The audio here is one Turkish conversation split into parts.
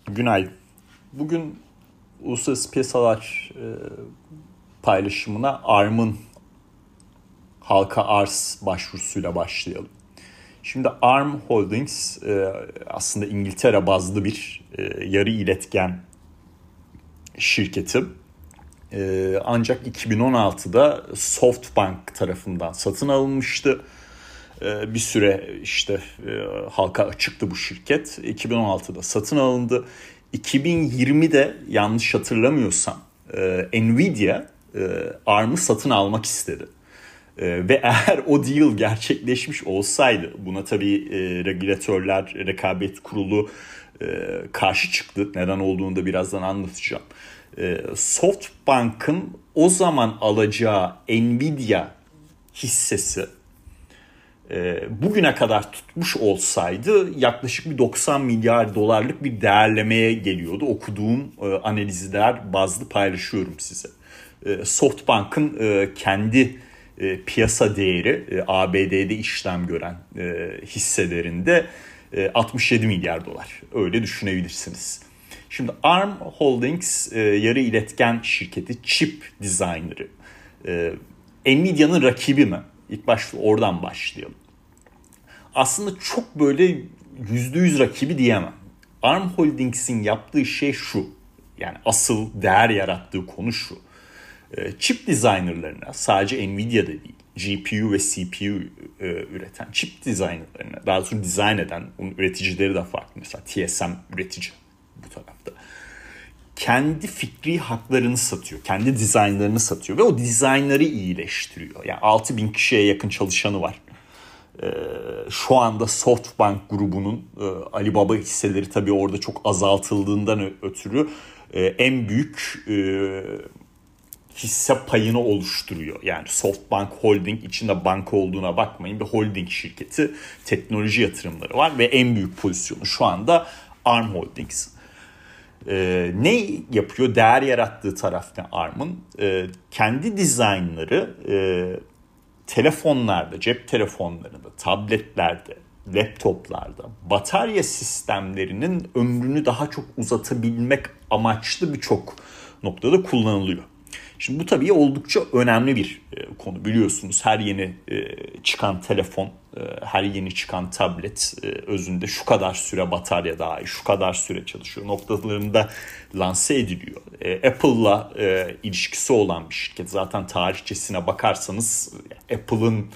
Günaydın. Bugün uluslararası piyasalar paylaşımına ARM'ın halka arz başvurusuyla başlayalım. Şimdi ARM Holdings aslında İngiltere bazlı bir yarı iletken şirketi. Ancak 2016'da SoftBank tarafından satın alınmıştı. Bir süre halka açıktı bu şirket. 2016'da satın alındı. 2020'de yanlış hatırlamıyorsam Nvidia ARM'ı satın almak istedi. Ve eğer o deal gerçekleşmiş olsaydı, buna tabii regülatörler, rekabet kurulu karşı çıktı. Neden olduğunu da birazdan anlatacağım. SoftBank'ın o zaman alacağı Nvidia hissesi bugüne kadar tutmuş olsaydı yaklaşık bir 90 milyar dolarlık bir değerlemeye geliyordu. Okuduğum analizler bazlı paylaşıyorum size. SoftBank'ın kendi piyasa değeri ABD'de işlem gören hisselerinde 67 milyar dolar. Öyle düşünebilirsiniz. Şimdi ARM Holdings yarı iletken şirketi, chip designer'ı. Nvidia'nın rakibi mi? İlk başta oradan başlayalım. Aslında çok böyle %100 rakibi diyemem. ARM Holdings'in yaptığı şey şu. Yani asıl değer yarattığı konu şu. Chip designerlarına, sadece Nvidia'da değil, GPU ve CPU üreten chip designerlarına, daha sonra dizayn eden, onun üreticileri de farklı. Mesela TSM üretici bu tarafta. Kendi fikri haklarını satıyor. Kendi dizaynlarını satıyor ve o dizaynları iyileştiriyor. Yani 6.000 kişiye yakın çalışanı var. Şu anda SoftBank grubunun Alibaba hisseleri tabii orada çok azaltıldığından ötürü en büyük hisse payını oluşturuyor. Yani SoftBank Holding, içinde banka olduğuna bakmayın, bir holding şirketi, teknoloji yatırımları var ve en büyük pozisyonu şu anda ARM Holdings. Ne yapıyor? Değer yarattığı taraf ne ARM'ın? Kendi dizaynları telefonlarda, cep telefonlarında, tabletlerde, laptoplarda batarya sistemlerinin ömrünü daha çok uzatabilmek amaçlı birçok noktada kullanılıyor. Şimdi bu tabii oldukça önemli bir konu, biliyorsunuz. Her yeni çıkan telefon, her yeni çıkan tablet özünde şu kadar süre batarya dahil, şu kadar süre çalışıyor noktalarında lanse ediliyor. Apple'la ilişkisi olan bir şirket. Zaten tarihçesine bakarsanız Apple'ın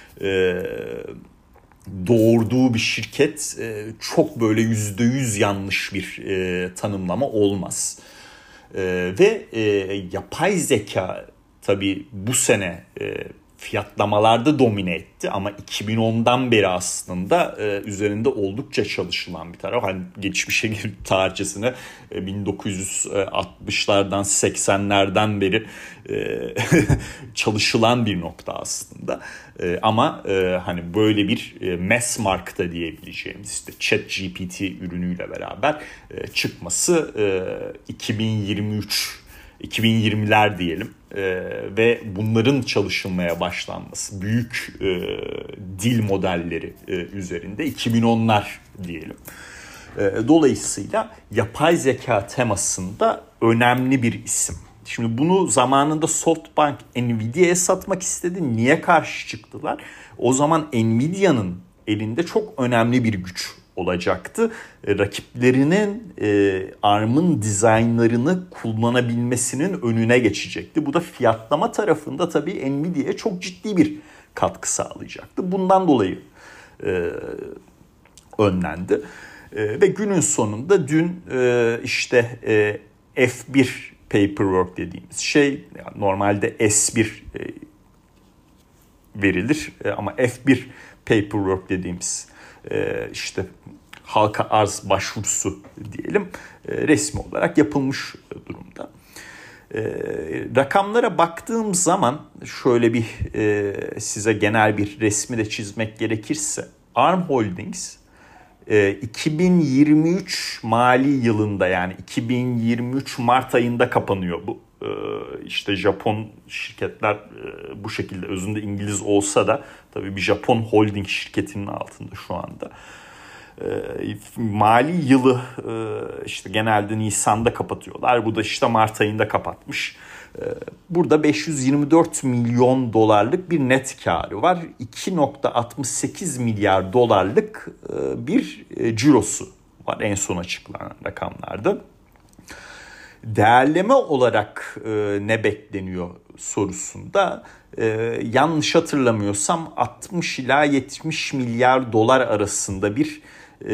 doğurduğu bir şirket çok böyle %100 yanlış bir tanımlama olmaz. Ve yapay zeka tabii bu sene fiyatlamalarda domine etti ama 2010'dan beri aslında üzerinde oldukça çalışılan bir taraf. Hani geçmişe tarihçesine 1960'lardan 80'lerden beri çalışılan bir nokta aslında. Ama hani böyle bir mass market'a diyebileceğimiz işte ChatGPT ürünüyle beraber çıkması 2020'ler diyelim ve bunların çalışılmaya başlanması, büyük dil modelleri üzerinde 2010'lar diyelim. Dolayısıyla yapay zeka temasında önemli bir isim. Şimdi bunu zamanında SoftBank Nvidia'ya satmak istedi. Niye karşı çıktılar? O zaman Nvidia'nın elinde çok önemli bir güç olacaktı. Rakiplerinin ARM'ın dizaynlarını kullanabilmesinin önüne geçecekti. Bu da fiyatlama tarafında tabii Nvidia'ya çok ciddi bir katkı sağlayacaktı. Bundan dolayı önlendi. Ve günün sonunda dün F1 paperwork dediğimiz şey, yani normalde S1 verilir ama F1 paperwork dediğimiz halka arz başvurusu diyelim resmi olarak yapılmış durumda. Rakamlara baktığım zaman şöyle bir size genel bir resmi de çizmek gerekirse, ARM Holdings 2023 mali yılında, yani 2023 Mart ayında kapanıyor bu. İşte Japon şirketler bu şekilde, özünde İngiliz olsa da tabii bir Japon holding şirketinin altında şu anda. Mali yılı işte genelde Nisan'da kapatıyorlar. Bu da işte Mart ayında kapatmış. Burada 524 milyon dolarlık bir net karı var. 2,68 milyar dolarlık bir cirosu var en son açıklanan rakamlarda. Değerleme olarak ne bekleniyor sorusunda yanlış hatırlamıyorsam 60 ila 70 milyar dolar arasında bir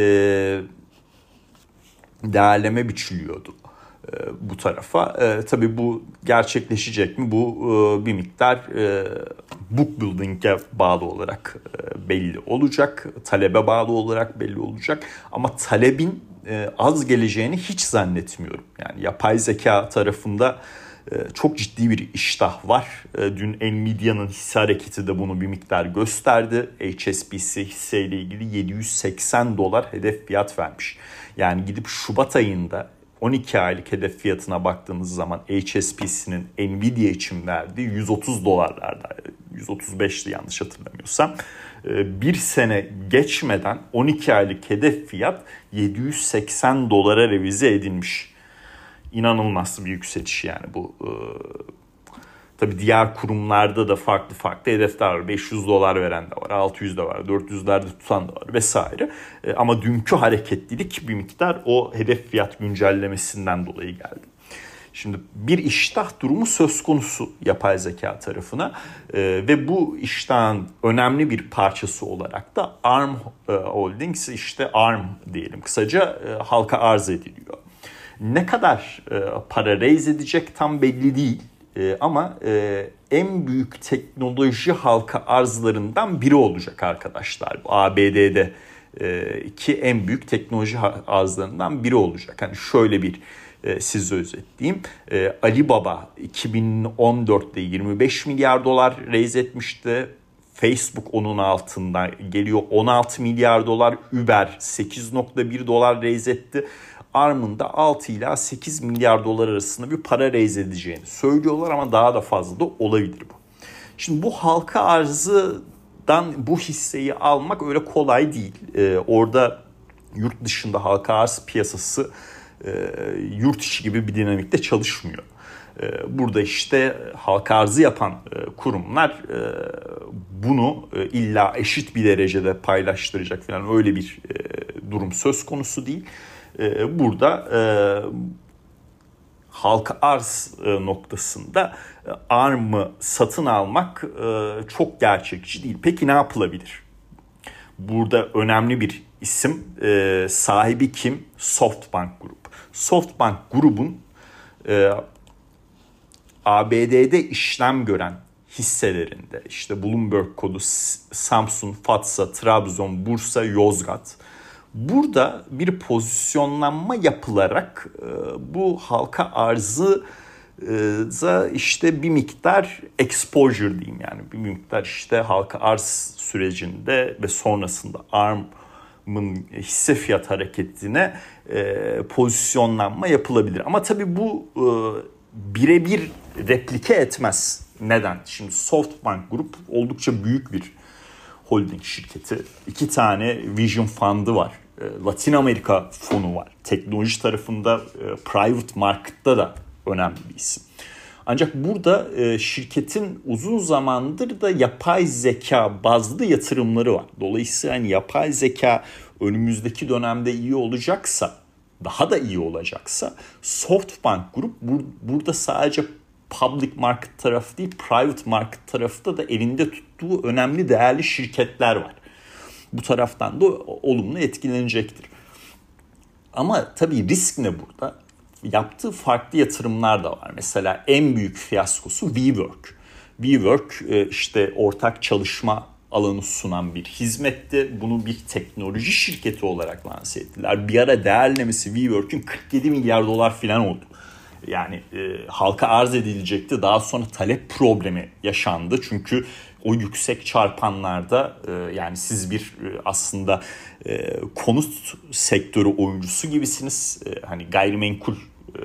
değerleme biçiliyordu bu tarafa. Tabii bu gerçekleşecek mi? Bu bir miktar book building'e bağlı olarak belli olacak. Talebe bağlı olarak belli olacak. Ama talebin az geleceğini hiç zannetmiyorum. Yani yapay zeka tarafında çok ciddi bir iştah var. Dün Nvidia'nın hisse hareketi de bunu bir miktar gösterdi. HSBC hisseyle ilgili 780 dolar hedef fiyat vermiş. Yani gidip Şubat ayında 12 aylık hedef fiyatına baktığımız zaman HSBC'nin Nvidia için verdiği 130 dolarlarda, 135'ti yanlış hatırlamıyorsam. Bir sene geçmeden 12 aylık hedef fiyat 780 dolara revize edilmiş. İnanılmaz bir yükseliş yani bu. Tabii diğer kurumlarda da farklı hedefler var. 500 dolar veren de var, 600 de var, 400'lerde tutan da var vesaire. Ama dünkü hareketlilik bir miktar o hedef fiyat güncellemesinden dolayı geldi. Şimdi bir iştah durumu söz konusu yapay zeka tarafına ve bu iştahın önemli bir parçası olarak da ARM Holdings, işte ARM diyelim kısaca, halka arz ediliyor. Ne kadar para raise edecek tam belli değil. Ama en büyük teknoloji halka arzlarından biri olacak arkadaşlar. ABD'de ki en büyük teknoloji arzlarından biri olacak. Hani şöyle bir size özetleyeyim. Alibaba 2014'te 25 milyar dolar raise etmişti. Facebook onun altından geliyor, 16 milyar dolar. Uber 8,1 dolar raise etti. ARM'ın da 6 ila 8 milyar dolar arasında bir para raise edeceğini söylüyorlar ama daha da fazla da olabilir bu. Şimdi bu halka arzdan bu hisseyi almak öyle kolay değil. Orada yurt dışında halka arz piyasası yurt içi gibi bir dinamikte çalışmıyor. Burada işte halka arzı yapan kurumlar bunu illa eşit bir derecede paylaştıracak falan öyle bir durum söz konusu değil. Burada halka arz noktasında ARM'ı satın almak çok gerçekçi değil. Peki ne yapılabilir? Burada önemli bir isim, sahibi kim? SoftBank Grup. SoftBank Grubun ABD'de işlem gören hisselerinde işte Bloomberg kodu Samsun, Fatsa, Trabzon, Bursa, Yozgat. Burada bir pozisyonlanma yapılarak bu halka arzı işte bir miktar exposure diyeyim, yani bir miktar işte halka arz sürecinde ve sonrasında ARM'ın hisse fiyat hareketine pozisyonlanma yapılabilir. Ama tabii bu birebir replike etmez. Neden? Şimdi SoftBank Grup oldukça büyük bir holding şirketi. 2 tane Vision Fund'ı var. Latin Amerika fonu var. Teknoloji tarafında private market'ta da önemli bir isim. Ancak burada şirketin uzun zamandır da yapay zeka bazlı yatırımları var. Dolayısıyla hani yapay zeka önümüzdeki dönemde iyi olacaksa, daha da iyi olacaksa SoftBank Grup burada sadece public market tarafı değil, private market tarafında da elinde tuttuğu önemli değerli şirketler var. Bu taraftan da olumlu etkilenecektir. Ama tabii risk ne burada? Yaptığı farklı yatırımlar da var. Mesela en büyük fiyaskosu WeWork. WeWork işte ortak çalışma alanı sunan bir hizmetti. Bunu bir teknoloji şirketi olarak lanse ettiler. Bir ara değerlemesi WeWork'ün 47 milyar dolar falan oldu. Yani halka arz edilecekti. Daha sonra talep problemi yaşandı. Çünkü o yüksek çarpanlarda yani siz bir aslında konut sektörü oyuncusu gibisiniz. Hani gayrimenkul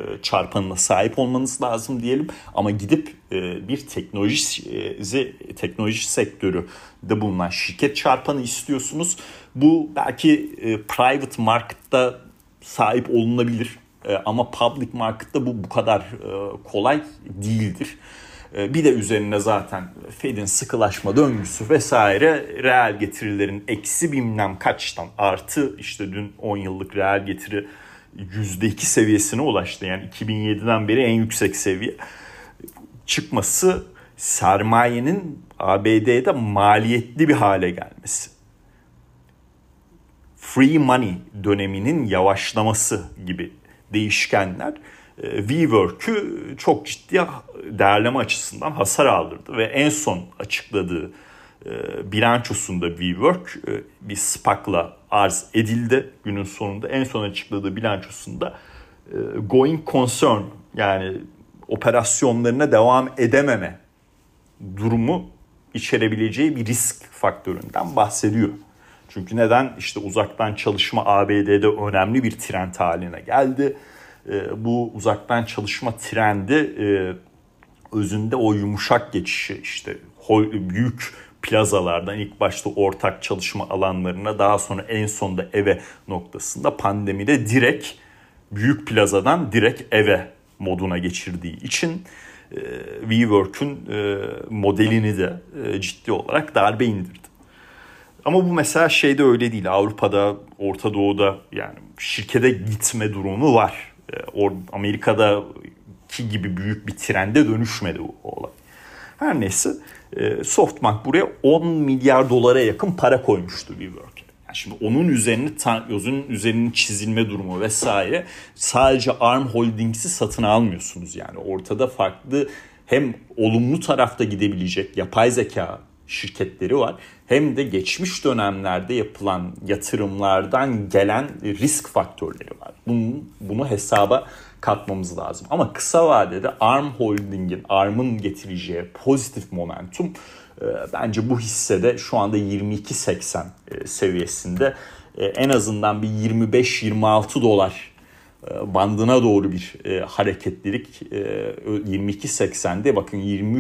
çarpanına sahip olmanız lazım diyelim. Ama gidip bir teknoloji sektörü de bulunan şirket çarpanı istiyorsunuz. Bu belki private market'ta sahip olunabilir. Ama public market'ta bu kadar kolay değildir. Bir de üzerine zaten Fed'in sıkılaşma döngüsü vesaire, reel getirilerin eksi bilmem kaçtan artı, işte dün 10 yıllık reel getiri %2 seviyesine ulaştı. Yani 2007'den beri en yüksek seviye çıkması, sermayenin ABD'de maliyetli bir hale gelmesi, free money döneminin yavaşlaması gibi değişkenler WeWork'ü çok ciddi değerleme açısından hasar aldırdı ve en son açıkladığı bilançosunda WeWork bir SPAC'la arz edildi. Günün sonunda en son açıkladığı bilançosunda going concern, yani operasyonlarına devam edememe durumu içerebileceği bir risk faktöründen bahsediyor. Çünkü neden? İşte uzaktan çalışma ABD'de önemli bir trend haline geldi. Bu uzaktan çalışma trendi özünde o yumuşak geçişi, işte büyük plazalardan ilk başta ortak çalışma alanlarına, daha sonra en sonunda eve noktasında pandemide direkt büyük plazadan direkt eve moduna geçirdiği için WeWork'ün modelini de ciddi olarak darbe indirdi. Ama bu mesela şeyde öyle değil. Avrupa'da, Orta Doğu'da yani şirkete gitme durumu var. Amerika'daki gibi büyük bir trende dönüşmedi bu olay. Her neyse, SoftBank buraya 10 milyar dolara yakın para koymuştu WeWork'e. Yani şimdi onun üzerinin çizilme durumu vesaire, sadece Arm Holdings'i satın almıyorsunuz. Yani ortada farklı, hem olumlu tarafta gidebilecek yapay zeka şirketleri var, hem de geçmiş dönemlerde yapılan yatırımlardan gelen risk faktörleri var. Bunu hesaba katmamız lazım. Ama kısa vadede Arm'ın getireceği pozitif momentum bence bu hissede şu anda 22.80 seviyesinde en azından bir 25-26 dolar bandına doğru bir hareketlilik. 22.80'de bakın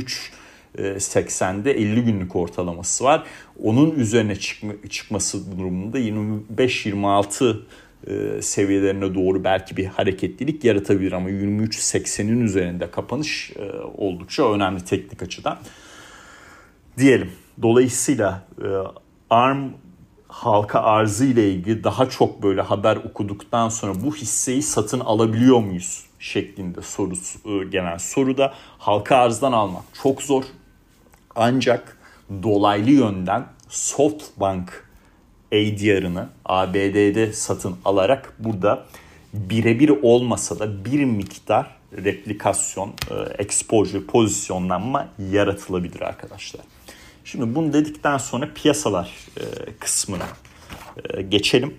23.80'de 50 günlük ortalaması var. Onun üzerine çıkması durumunda 25-26 seviyelerine doğru belki bir hareketlilik yaratabilir, ama 23.80'in üzerinde kapanış oldukça önemli teknik açıdan diyelim. Dolayısıyla ARM halka arzı ile ilgili daha çok böyle haber okuduktan sonra bu hisseyi satın alabiliyor muyuz şeklinde genel soruda, halka arzdan almak çok zor. Ancak dolaylı yönden SoftBank ADR'ını ABD'de satın alarak burada birebir olmasa da bir miktar replikasyon, exposure, pozisyonlanma yaratılabilir arkadaşlar. Şimdi bunu dedikten sonra piyasalar kısmına geçelim.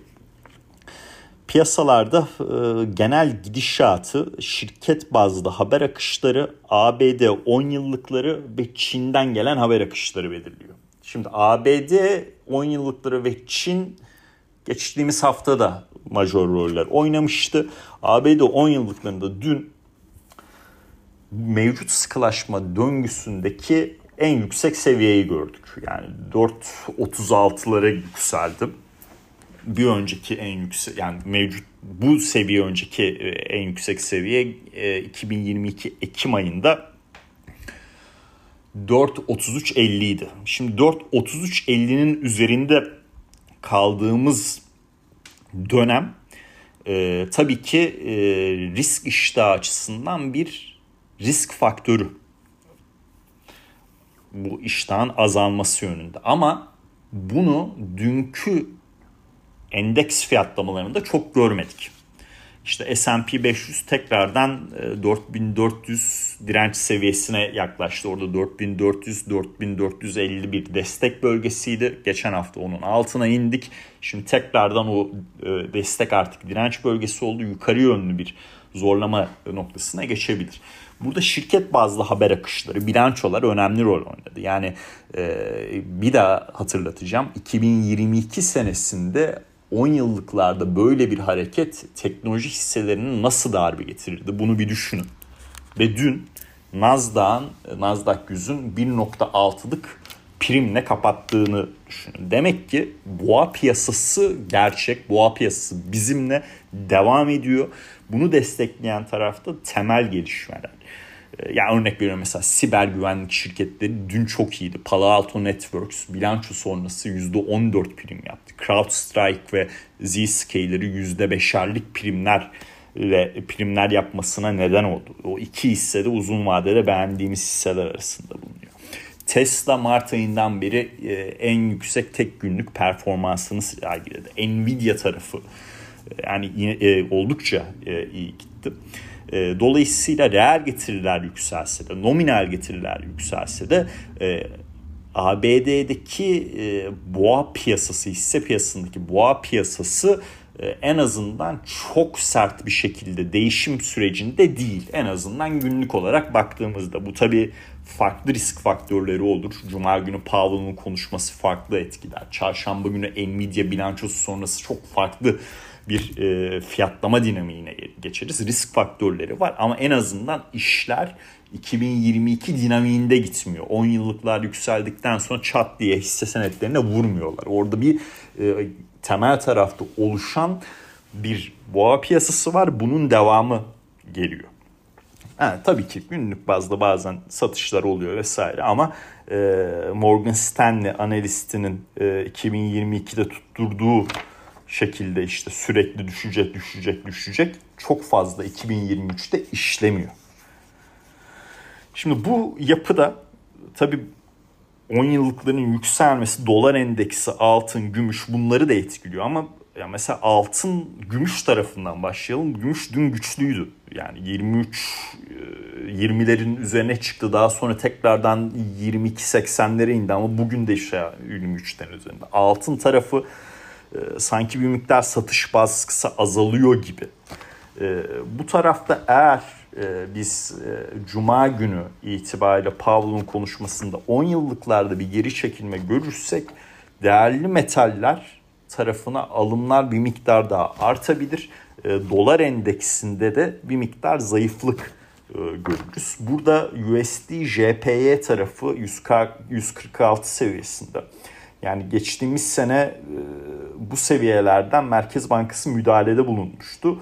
Piyasalarda genel gidişatı şirket bazlı haber akışları, ABD 10 yıllıkları ve Çin'den gelen haber akışları belirliyor. Şimdi ABD 10 yıllıkları ve Çin geçtiğimiz hafta da majör roller oynamıştı. ABD 10 yıllıklarında dün mevcut sıkılaşma döngüsündeki en yüksek seviyeyi gördük. Yani 4.36'lara yükseldi. Bir önceki en yüksek, yani mevcut bu seviye önceki en yüksek seviye 2022 Ekim ayında 4.33.50 idi. Şimdi 4.33.50'nin üzerinde kaldığımız dönem tabii ki risk iştahı açısından bir risk faktörü. Bu iştahın azalması yönünde. Ama bunu dünkü endeks fiyatlamalarında çok görmedik. İşte S&P 500 tekrardan 4400 direnç seviyesine yaklaştı. Orada 4400-4450 bir destek bölgesiydi. Geçen hafta onun altına indik. Şimdi tekrardan o destek artık direnç bölgesi oldu. Yukarı yönlü bir zorlama noktasına geçebilir. Burada şirket bazlı haber akışları, bilançolar önemli rol oynadı. Yani bir daha hatırlatacağım. 2022 senesinde 10 yıllıklarda böyle bir hareket teknoloji hisselerine nasıl darbe getirirdi? Bunu bir düşünün. Ve dün Nasdaq 100'ün 1.6'lık primle kapattığını düşünün. Demek ki boğa piyasası gerçek. Boğa piyasası bizimle devam ediyor. Bunu destekleyen tarafta temel gelişmeler. Yani örnek veriyorum, mesela siber güvenlik şirketleri dün çok iyiydi. Palo Alto Networks bilanço sonrası %14 prim yaptı. CrowdStrike ve Zscaler'ı %5'erlik primler yapmasına neden oldu. O iki hisse de uzun vadede beğendiğimiz hisseler arasında bulunuyor. Tesla Mart ayından beri en yüksek tek günlük performansını sergiledi. Nvidia tarafı yani yine oldukça iyi gitti. Dolayısıyla reel getiriler yükselse de, nominal getiriler yükselse de ABD'deki boğa piyasası, hisse piyasasındaki boğa piyasası en azından çok sert bir şekilde değişim sürecinde değil. En azından günlük olarak baktığımızda bu tabii farklı risk faktörleri olur. Cuma günü Powell'ın konuşması farklı etkiler. Çarşamba günü Nvidia bilançosu sonrası çok farklı bir fiyatlama dinamiğine geçeriz. Risk faktörleri var ama en azından işler 2022 dinamiğinde gitmiyor. 10 yıllıklar yükseldikten sonra çat diye hisse senetlerine vurmuyorlar. Orada bir temel tarafta oluşan bir boğa piyasası var. Bunun devamı geliyor. Ha, tabii ki günlük bazda bazen satışlar oluyor vesaire ama Morgan Stanley analistinin 2022'de tutturduğu şekilde işte sürekli düşecek çok fazla 2023'te işlemiyor. Şimdi bu yapıda tabii 10 yıllıkların yükselmesi, dolar endeksi, altın, gümüş bunları da etkiliyor ama ya mesela altın, gümüş tarafından başlayalım. Gümüş dün güçlüydü. Yani 20'lerin üzerine çıktı. Daha sonra tekrardan 22.80'lere indi ama bugün de işte 23'ten üzerinde. Altın tarafı sanki bir miktar satış baskısı azalıyor gibi. Bu tarafta eğer biz Cuma günü itibariyle Powell'ın konuşmasında 10 yıllıklarda bir geri çekilme görürsek değerli metaller tarafına alımlar bir miktar daha artabilir. Dolar endeksinde de bir miktar zayıflık görürüz. Burada USD JPY tarafı 146 seviyesinde. Yani geçtiğimiz sene bu seviyelerden Merkez Bankası müdahalede bulunmuştu.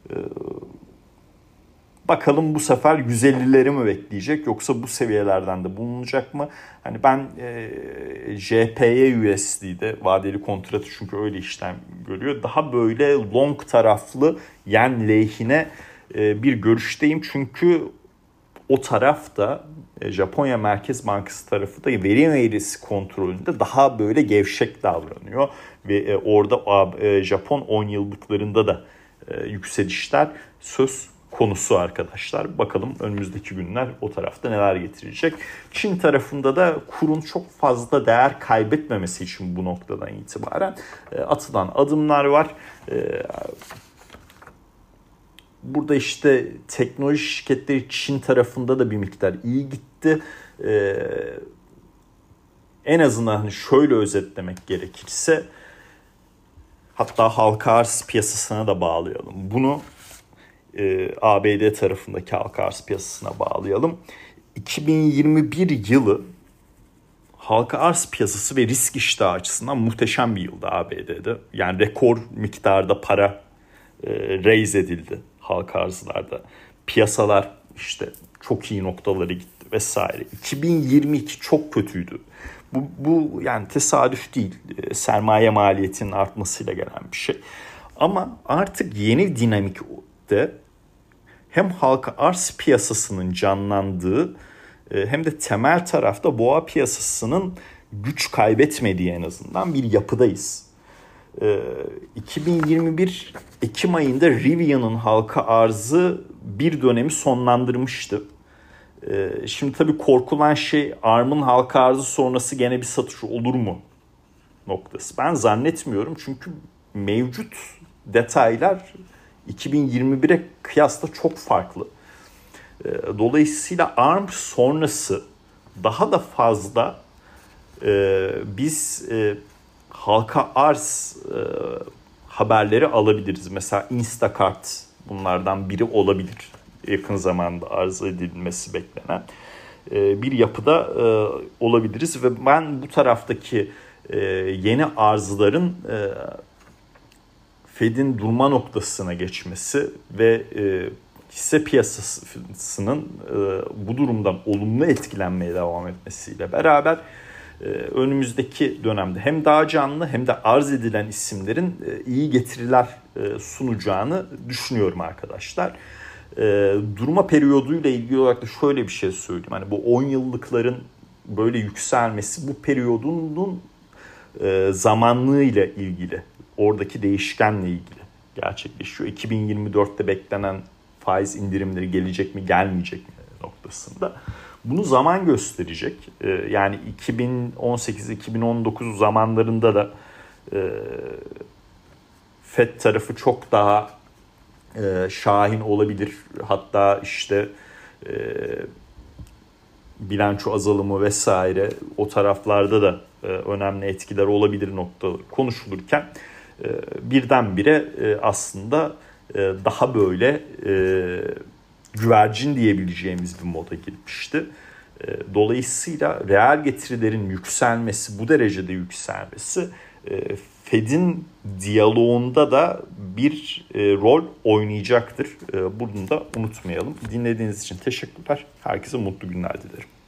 Bakalım bu sefer 150'leri mi bekleyecek yoksa bu seviyelerden de bulunacak mı? Hani ben JPY USD'de vadeli kontratı çünkü öyle işlem görüyor. Daha böyle long taraflı yen lehine bir görüşteyim. Çünkü o tarafta Japonya Merkez Bankası tarafı da veri eğrisi kontrolünde daha böyle gevşek davranıyor. Ve orada Japon 10 yıllıklarında da yükselişler söz konusu arkadaşlar. Bakalım önümüzdeki günler o tarafta neler getirecek. Çin tarafında da kurun çok fazla değer kaybetmemesi için bu noktadan itibaren atılan adımlar var. Burada işte teknoloji şirketleri Çin tarafında da bir miktar iyi gitti. En azından hani şöyle özetlemek gerekirse, hatta halka arz piyasasına da bağlayalım. Bunu ABD tarafındaki halka arz piyasasına bağlayalım. 2021 yılı halka arz piyasası ve risk iştahı açısından muhteşem bir yıldı ABD'de. Yani rekor miktarda para raise edildi halka arzlarda. Piyasalar işte çok iyi noktaları gitti vesaire. 2022 çok kötüydü. Bu yani tesadüf değil. Sermaye maliyetinin artmasıyla gelen bir şey. Ama artık yeni dinamikte hem halka arz piyasasının canlandığı hem de temel tarafta boğa piyasasının güç kaybetmediği en azından bir yapıdayız. 2021 Ekim ayında Rivian'ın halka arzı bir dönemi sonlandırmıştı. Şimdi tabii korkulan şey ARM'ın halka arzı sonrası gene bir satış olur mu noktası. Ben zannetmiyorum çünkü mevcut detaylar 2021'e kıyasla çok farklı. Dolayısıyla ARM sonrası daha da fazla biz halka arz haberleri alabiliriz. Mesela Instacart bunlardan biri olabilir. Yakın zamanda arz edilmesi beklenen bir yapıda olabiliriz ve ben bu taraftaki yeni arzların Fed'in durma noktasına geçmesi ve hisse piyasasının bu durumdan olumlu etkilenmeye devam etmesiyle beraber önümüzdeki dönemde hem daha canlı hem de arz edilen isimlerin iyi getiriler sunacağını düşünüyorum arkadaşlar. Durma periyoduyla ilgili olarak da şöyle bir şey söyleyeyim. Hani bu 10 yıllıkların böyle yükselmesi bu periyodunun zamanlığıyla ilgili, oradaki değişkenle ilgili gerçekleşiyor. 2024'te beklenen faiz indirimleri gelecek mi gelmeyecek mi noktasında. Bunu zaman gösterecek. Yani 2018-2019 zamanlarında da Fed tarafı çok daha şahin olabilir. Hatta işte bilanço azalımı vesaire o taraflarda da önemli etkiler olabilir noktaları konuşulurken birdenbire aslında daha böyle güvercin diyebileceğimiz bir moda girmişti. Dolayısıyla reel getirilerin yükselmesi, bu derecede yükselmesi Fed'in diyaloğunda da bir rol oynayacaktır. Bunu da unutmayalım. Dinlediğiniz için teşekkürler. Herkese mutlu günler dilerim.